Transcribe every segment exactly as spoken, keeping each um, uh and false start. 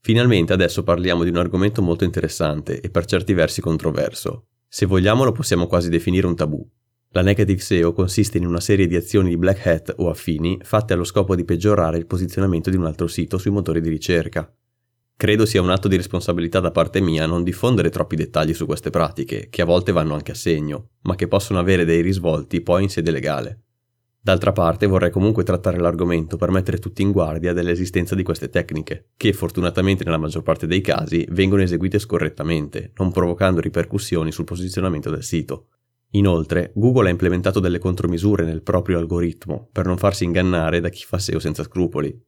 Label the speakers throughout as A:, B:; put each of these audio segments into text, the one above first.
A: Finalmente adesso parliamo di un argomento molto interessante e per certi versi controverso. Se vogliamo lo possiamo quasi definire un tabù. La negative S E O consiste in una serie di azioni di black hat o affini fatte allo scopo di peggiorare il posizionamento di un altro sito sui motori di ricerca. Credo sia un atto di responsabilità da parte mia non diffondere troppi dettagli su queste pratiche, che a volte vanno anche a segno, ma che possono avere dei risvolti poi in sede legale. D'altra parte vorrei comunque trattare l'argomento per mettere tutti in guardia dell'esistenza di queste tecniche, che fortunatamente nella maggior parte dei casi vengono eseguite scorrettamente, non provocando ripercussioni sul posizionamento del sito. Inoltre, Google ha implementato delle contromisure nel proprio algoritmo per non farsi ingannare da chi fa S E O senza scrupoli.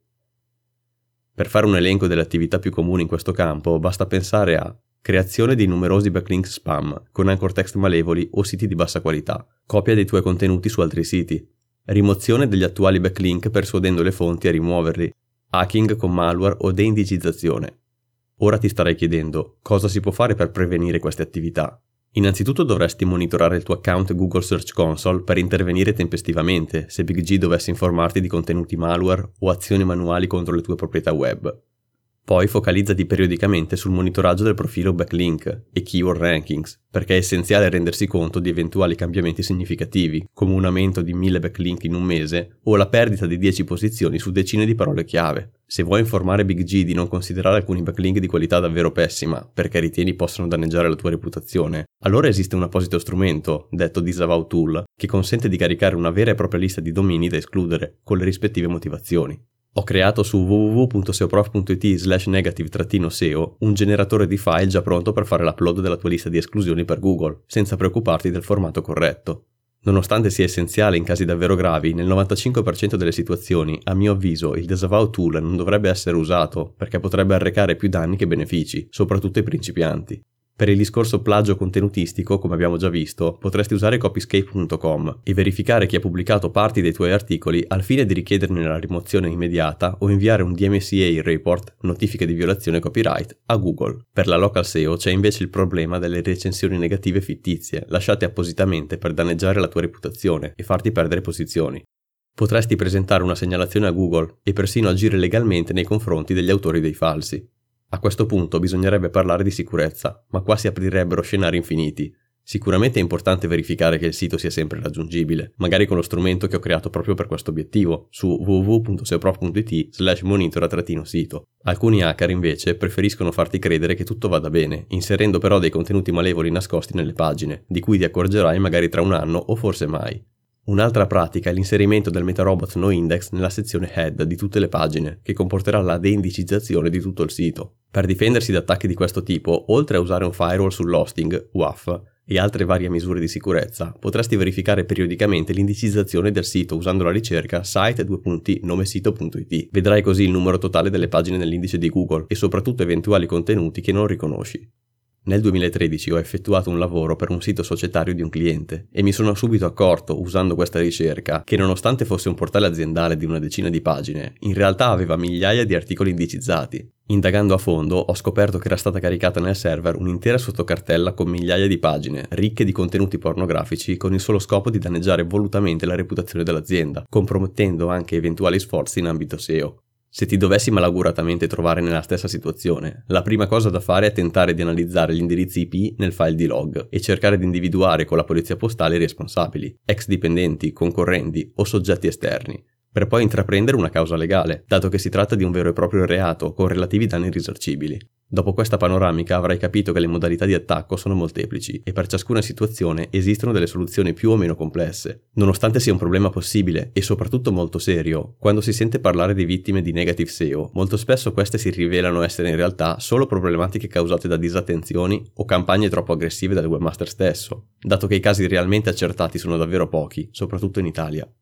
A: Per fare un elenco delle attività più comuni in questo campo, basta pensare a creazione di numerosi backlink spam con anchor text malevoli o siti di bassa qualità, copia dei tuoi contenuti su altri siti, rimozione degli attuali backlink persuadendo le fonti a rimuoverli, hacking con malware o deindicizzazione. Ora ti starai chiedendo cosa si può fare per prevenire queste attività. Innanzitutto dovresti monitorare il tuo account Google Search Console per intervenire tempestivamente se Big G dovesse informarti di contenuti malware o azioni manuali contro le tue proprietà web. Poi focalizzati periodicamente sul monitoraggio del profilo backlink e keyword rankings, perché è essenziale rendersi conto di eventuali cambiamenti significativi, come un aumento di mille backlink in un mese o la perdita di dieci posizioni su decine di parole chiave. Se vuoi informare Big G di non considerare alcuni backlink di qualità davvero pessima, perché ritieni possano danneggiare la tua reputazione, allora esiste un apposito strumento, detto Disavow Tool, che consente di caricare una vera e propria lista di domini da escludere, con le rispettive motivazioni. Ho creato su w w w punto seoprof punto it slash negative S E O un generatore di file già pronto per fare l'upload della tua lista di esclusioni per Google, senza preoccuparti del formato corretto. Nonostante sia essenziale in casi davvero gravi, nel novantacinque per cento delle situazioni, a mio avviso, il Disavow Tool non dovrebbe essere usato, perché potrebbe arrecare più danni che benefici, soprattutto ai principianti. Per il discorso plagio contenutistico, come abbiamo già visto, potresti usare copyscape punto com e verificare chi ha pubblicato parti dei tuoi articoli al fine di richiederne la rimozione immediata o inviare un D M C A report, notifica di violazione copyright, a Google. Per la local S E O c'è invece il problema delle recensioni negative fittizie, lasciate appositamente per danneggiare la tua reputazione e farti perdere posizioni. Potresti presentare una segnalazione a Google e persino agire legalmente nei confronti degli autori dei falsi. A questo punto bisognerebbe parlare di sicurezza, ma qua si aprirebbero scenari infiniti. Sicuramente è importante verificare che il sito sia sempre raggiungibile, magari con lo strumento che ho creato proprio per questo obiettivo, su w w w punto seoprof punto it slash monitora sito. Alcuni hacker invece preferiscono farti credere che tutto vada bene, inserendo però dei contenuti malevoli nascosti nelle pagine, di cui ti accorgerai magari tra un anno o forse mai. Un'altra pratica è l'inserimento del MetaRobot noindex nella sezione head di tutte le pagine, che comporterà la deindicizzazione di tutto il sito. Per difendersi da attacchi di questo tipo, oltre a usare un firewall sull'hosting, W A F, e altre varie misure di sicurezza, potresti verificare periodicamente l'indicizzazione del sito usando la ricerca site due punti nome sito punto it. Vedrai così il numero totale delle pagine nell'indice di Google e soprattutto eventuali contenuti che non riconosci. Nel duemilatredici ho effettuato un lavoro per un sito societario di un cliente e mi sono subito accorto, usando questa ricerca, che nonostante fosse un portale aziendale di una decina di pagine, in realtà aveva migliaia di articoli indicizzati. Indagando a fondo, ho scoperto che era stata caricata nel server un'intera sottocartella con migliaia di pagine, ricche di contenuti pornografici, con il solo scopo di danneggiare volutamente la reputazione dell'azienda, compromettendo anche eventuali sforzi in ambito S E O. Se ti dovessi malauguratamente trovare nella stessa situazione, la prima cosa da fare è tentare di analizzare gli indirizzi I P nel file di log e cercare di individuare con la polizia postale i responsabili, ex dipendenti, concorrenti o soggetti esterni, per poi intraprendere una causa legale, dato che si tratta di un vero e proprio reato con relativi danni risarcibili. Dopo questa panoramica avrai capito che le modalità di attacco sono molteplici e per ciascuna situazione esistono delle soluzioni più o meno complesse. Nonostante sia un problema possibile e soprattutto molto serio, quando si sente parlare di vittime di negative S E O, molto spesso queste si rivelano essere in realtà solo problematiche causate da disattenzioni o campagne troppo aggressive del webmaster stesso, dato che i casi realmente accertati sono davvero pochi, soprattutto in Italia.